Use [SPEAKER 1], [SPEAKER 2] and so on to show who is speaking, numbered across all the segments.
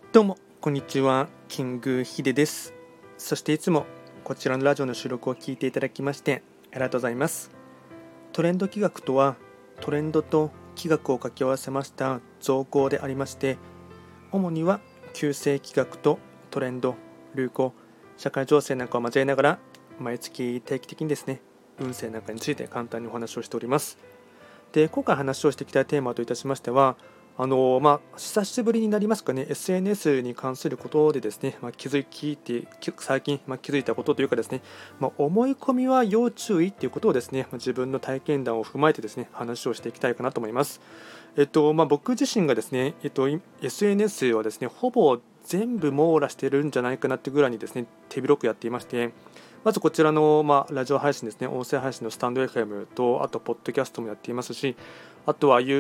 [SPEAKER 1] どうもこんにちは、キングヒデです。そしていつもこちらのラジオの収録を聞いていただきましてありがとうございます。トレンド企画とは、トレンドと企画を掛け合わせました造語でありまして、主には旧世企画とトレンド、流行、社会情勢なんかを交えながら毎月定期的にですね、運勢なんかについて簡単にお話をしております。で、今回話をしていきたいテーマといたしましては、久しぶりになりますかね、SNS に関することでですね、最近、気づいたことというかですね、思い込みは要注意ということをですね、自分の体験談を踏まえてですね、話をしていきたいかなと思います。僕自身がですね、SNS はですね、ほぼ全部網羅してるんじゃないかなってぐらいにですね、手広くやっていまして、まずこちらの、ラジオ配信ですね、音声配信のスタンド FM と、あと、ポッドキャストもやっていますし、あとは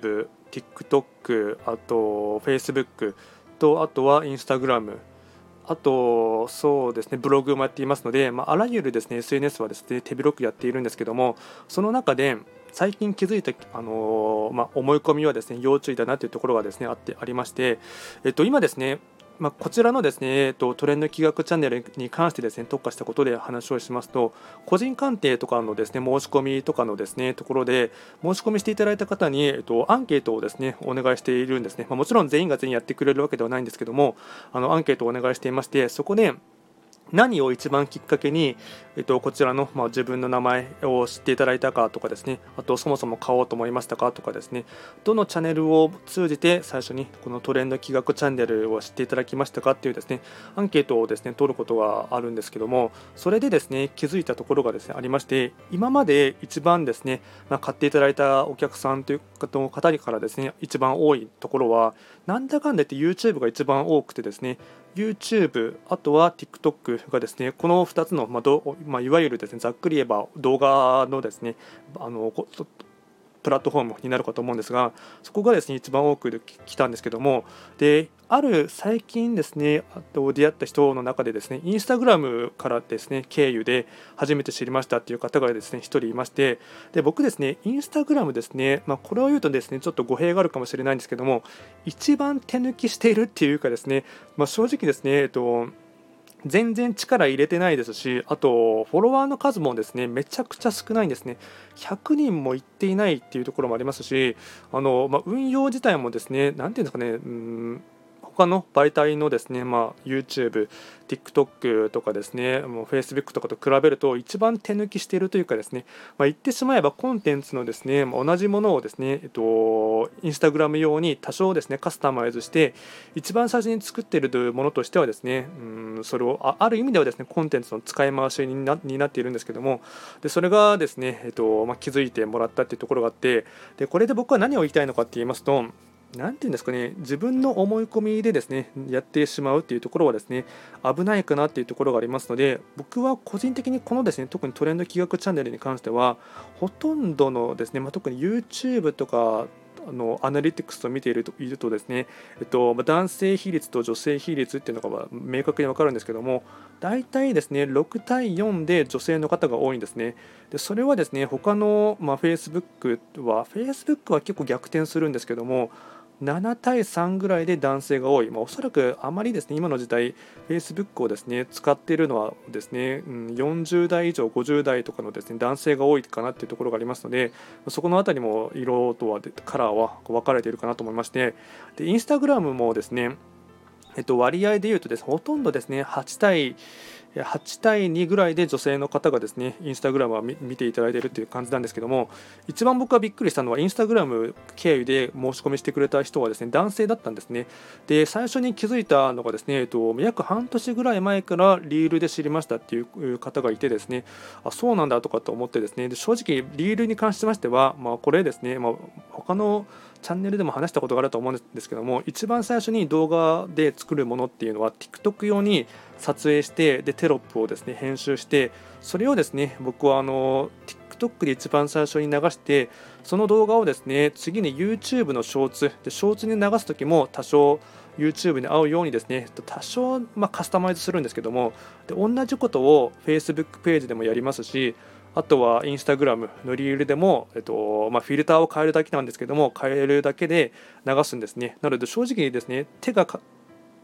[SPEAKER 1] YouTube、TikTok、あと Facebook と、あとは Instagram、あとそうですね、ブログもやっていますので、あらゆるですね SNS はですね手広くやっているんですけども、その中で最近気づいた、思い込みはですね要注意だなというところがですねありまして、今ですね、こちらのですね、トレンド企画チャンネルに関してですね特化したことで話をしますと、個人鑑定とかのですね申し込みとかのですねところで申し込みしていただいた方に、アンケートをですねお願いしているんですね。もちろん全員が全員やってくれるわけではないんですけども、アンケートをお願いしていまして、そこで何を一番きっかけに、こちらの、自分の名前を知っていただいたかとかですね、あとそもそも買おうと思いましたかとかですね、どのチャンネルを通じて最初にこのトレンド企画チャンネルを知っていただきましたかっていうですね、アンケートをですね、取ることがあるんですけども、それでですね、気づいたところがですね、ありまして、今まで一番ですね、買っていただいたお客さんという方からですね、一番多いところは、なんだかんだ言って YouTube が一番多くてですね、YouTube、あとは TikTok がですね、この2つの、いわゆるですね、ざっくり言えば動画のですね、あのプラットフォームになるかと思うんですが、そこがですね一番多く来たんですけども、である最近ですね出会った人の中でですね、インスタグラムからですね経由で初めて知りましたっていう方がですね一人いまして、で僕ですねインスタグラムですね、これを言うとですねちょっと語弊があるかもしれないんですけども、一番手抜きしているっていうかですね、正直ですね全然力入れてないですし、あとフォロワーの数もですねめちゃくちゃ少ないんですね。100人もいっていないっていうところもありますし、運用自体もですね、なんていうんですかね、他の媒体のですね、YouTube、TikTok とかですね、Facebook とかと比べると一番手抜きしているというかですね、言ってしまえばコンテンツのですね、同じものをですね、インスタグラム用に多少ですね、カスタマイズして、一番最初に作っているものとしてはですね、それをある意味ではですね、コンテンツの使い回しになっているんですけども、でそれがですね、気づいてもらったっていうところがあって、でこれで僕は何を言いたいのかって言いますと、なんていうんですかね、自分の思い込みでですねやってしまうっていうところはですね危ないかなっていうところがありますので、僕は個人的にこのですね特にトレンド企画チャンネルに関してはほとんどのですね、特に YouTube とかアナリティクスを見ているとですね、男性比率と女性比率っていうのが明確に分かるんですけども、大体ですね6対4で女性の方が多いんですね。でそれはですね他の、Facebook は結構逆転するんですけども、7対3ぐらいで男性が多い、おそらくあまりですね今の時代 Facebook をですね使っているのはですね、40代以上50代とかのですね男性が多いかなっていうところがありますので、そこのあたりも色とはカラーは分かれているかなと思いまして、でインスタグラムもですね、割合でいうとですね、ほとんどですね8対2ぐらいで女性の方がですねインスタグラムは見ていただいているという感じなんですけども、一番僕がびっくりしたのはインスタグラム経由で申し込みしてくれた人はですね男性だったんですね。で最初に気づいたのがですね、約半年ぐらい前からリールで知りましたっていう方がいてですね、そうなんだとかと思ってですね、で正直リールに関しましては、これですね、他のチャンネルでも話したことがあると思うんですけども、一番最初に動画で作るものっていうのは TikTok 用に撮影して、でテロップをですね編集して、それをですね僕はTikTok で一番最初に流して、その動画をですね次に YouTube のショーツに流す時も多少 YouTube に合うようにですね多少カスタマイズするんですけども、で同じことを Facebook ページでもやりますし、あとはインスタグラムのリールでも、フィルターを変えるだけなんですけども、変えるだけで流すんですね。なので正直ですね、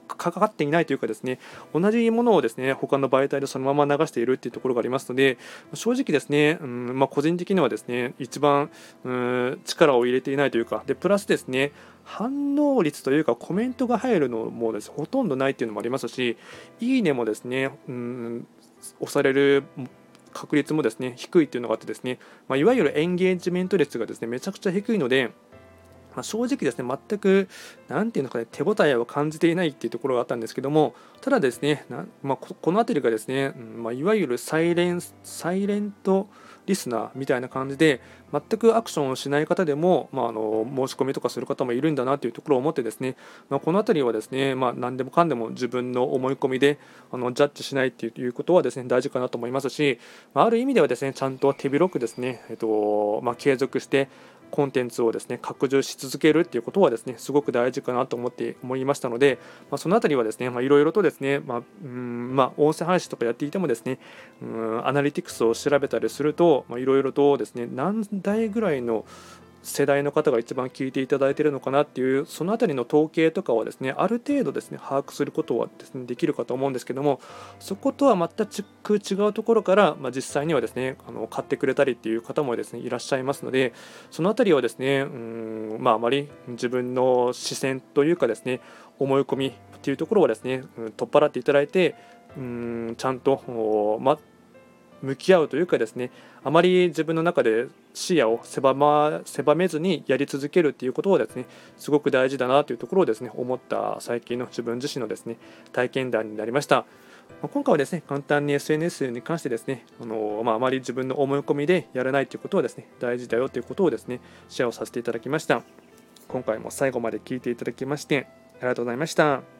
[SPEAKER 1] かかっていないというかですね、同じものをですね他の媒体でそのまま流しているっていうところがありますので、正直ですね、個人的にはですね一番力を入れていないというかで、プラスですね反応率というかコメントが入るのもです、ほとんどないっていうのもありますし、いいねもですね押される確率もですね低いっていうのがあってですね、いわゆるエンゲージメント率がですねめちゃくちゃ低いので、正直ですね全くなんていうのかね、手応えを感じていないっていうところがあったんですけども、ただですねこの辺りがですね、いわゆるサイレントリスナーみたいな感じで全くアクションをしない方でも、申し込みとかする方もいるんだなというところを思ってですね、この辺りはですね、何でもかんでも自分の思い込みでジャッジしないということはですね大事かなと思いますし、ある意味ではですねちゃんと手広くですね、継続してコンテンツをですね拡充し続けるっていうことはですねすごく大事かなと思いましたので、そのあたりはですねいろいろとですね音声配信とかやっていてもですねアナリティクスを調べたりするといろいろとですね何代ぐらいの世代の方が一番聞いていただいているのかなっていう、そのあたりの統計とかはですねある程度ですね把握することはですねできるかと思うんですけども、そことは全く違うところから、実際にはですね買ってくれたりっていう方もですねいらっしゃいますので、そのあたりはですねあまり自分の視線というかですね思い込みっていうところはですね取っ払っていただいて、ちゃんと向き合うというかですね、あまり自分の中で視野を狭めずにやり続けるということをですねすごく大事だなというところをですね思った最近の自分自身のですね体験談になりました。今回はですね簡単に SNS に関してですねあまり自分の思い込みでやらないということはですね大事だよということをですねシェアをさせていただきました。今回も最後まで聞いていただきましてありがとうございました。